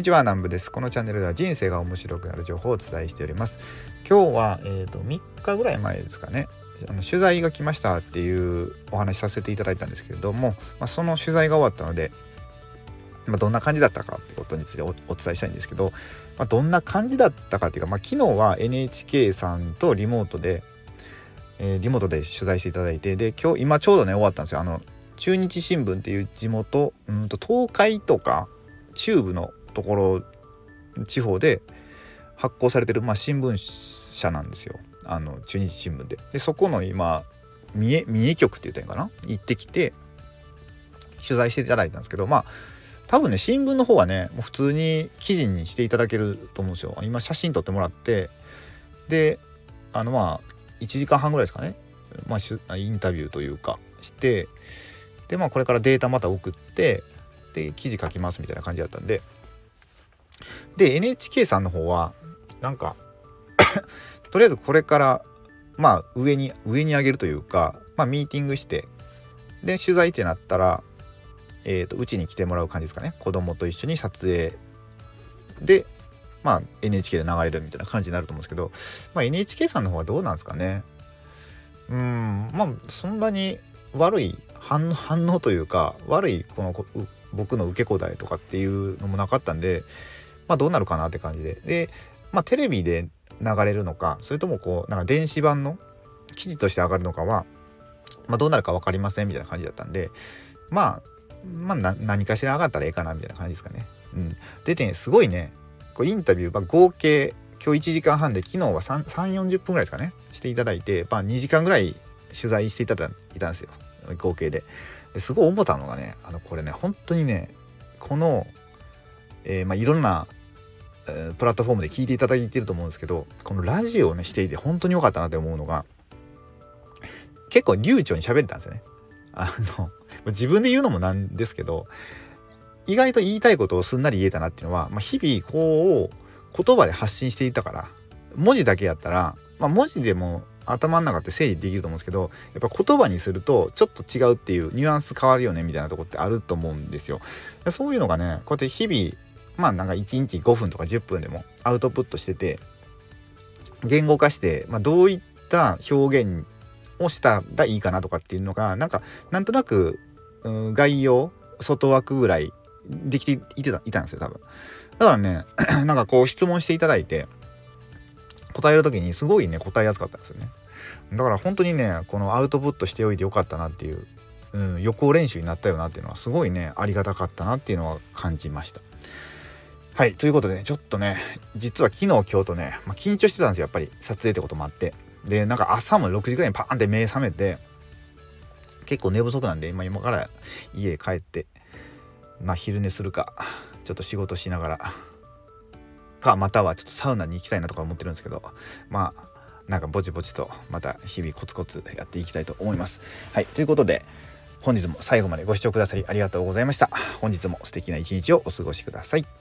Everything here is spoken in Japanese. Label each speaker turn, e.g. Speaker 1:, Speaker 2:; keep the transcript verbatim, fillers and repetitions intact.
Speaker 1: にちは、南部です。このチャンネルでは人生が面白くなる情報をお伝えしております。今日は、えー、とみっかぐらい前ですかね、あの取材が来ましたっていうお話させていただいたんですけれども、まあ、その取材が終わったので、まあ、どんな感じだったかってことについて お, お伝えしたいんですけど、まあ、どんな感じだったかっていうか、まあ、昨日は エヌエイチケー さんとリモートで、えー、リモートで取材していただいて、で今日今ちょうどね終わったんですよ。あの中日新聞っていう地元うんと東海とか中部のところ地方で発行されてる、まあ、新聞社なんですよ。あの中日新聞で。でそこの今三重三重局って言ったらいいかな、行ってきて取材していただいたんですけど、まあ多分ね新聞の方はねもう普通に記事にしていただけると思うんですよ。今写真撮ってもらって、であのまあいちじかんはんぐらいですかね、まあ、インタビューというかして、でまあこれからデータまた送ってで記事書きますみたいな感じだったんで、で エヌエイチケー さんの方はなんかとりあえずこれからまあ上に上に上げるというか、まあミーティングしてで取材ってなったらえーとうちに来てもらう感じですかね。子供と一緒に撮影でまあ エヌエイチケー で流れるみたいな感じになると思うんですけど、まあ エヌエイチケー さんの方はどうなんですかね。うーんまあそんなに悪い反応、反応というか悪いこの僕の受け答えとかっていうのもなかったんで、まあどうなるかなって感じで、でまあテレビで流れるのか、それともこうなんか電子版の記事として上がるのかは、まあ、どうなるか分かりませんみたいな感じだったんで、まあまあな何かしら上がったらええかなみたいな感じですかね。うん、でねすごいねこうインタビュー、まあ、合計今日いちじかんはんで昨日はさんじゅうよんじゅっぷんぐらいですかねしていただいて、まあ、にじかんぐらい取材していただいたんですよ合計で。ですごい思ったのがね、あのこれね本当にねこの、えー、まあいろんなプラットフォームで聞いていただいてると思うんですけど、このラジオをねしていて本当に良かったなって思うのが、結構流暢に喋れたんですよね。あの自分で言うのもなんですけど、意外と言いたいことをすんなり言えたなっていうのは、まあ、日々こう言葉で発信していたから、文字だけやったら、まあ、文字でも頭の中って整理できると思うんですけど、やっぱ言葉にするとちょっと違うっていうニュアンス変わるよねみたいなとこってあると思うんですよ。そういうのがねこうやって日々まあなんかいちにちごふんとかじゅっぷんでもアウトプットしてて言語化して、まあ、どういった表現をしたらいいかなとかっていうのがなんかなんとなく、うん、概要外枠ぐらいできていてたいたんですよ多分。だからねなんかこう質問していただいて答える時にすごいね答えやすかったんですよね。だから本当にねこのアウトプットしておいてよかったなっていう、うん、予行練習になったよなっていうのはすごいねありがたかったなっていうのは感じました。はい、ということで、ね、ちょっとね実は昨日今日とね、まあ、緊張してたんですよやっぱり撮影ってこともあって。でなんか朝もろくじぐらいにパーンって目覚めて結構寝不足なんで今今から家帰ってまあ昼寝するかちょっと仕事しながらかまたはちょっとサウナに行きたいなとか思ってるんですけど、まあなんかぼちぼちとまた日々コツコツやっていきたいと思います。はい、ということで本日も最後までご視聴くださりありがとうございました。本日も素敵な一日をお過ごしください。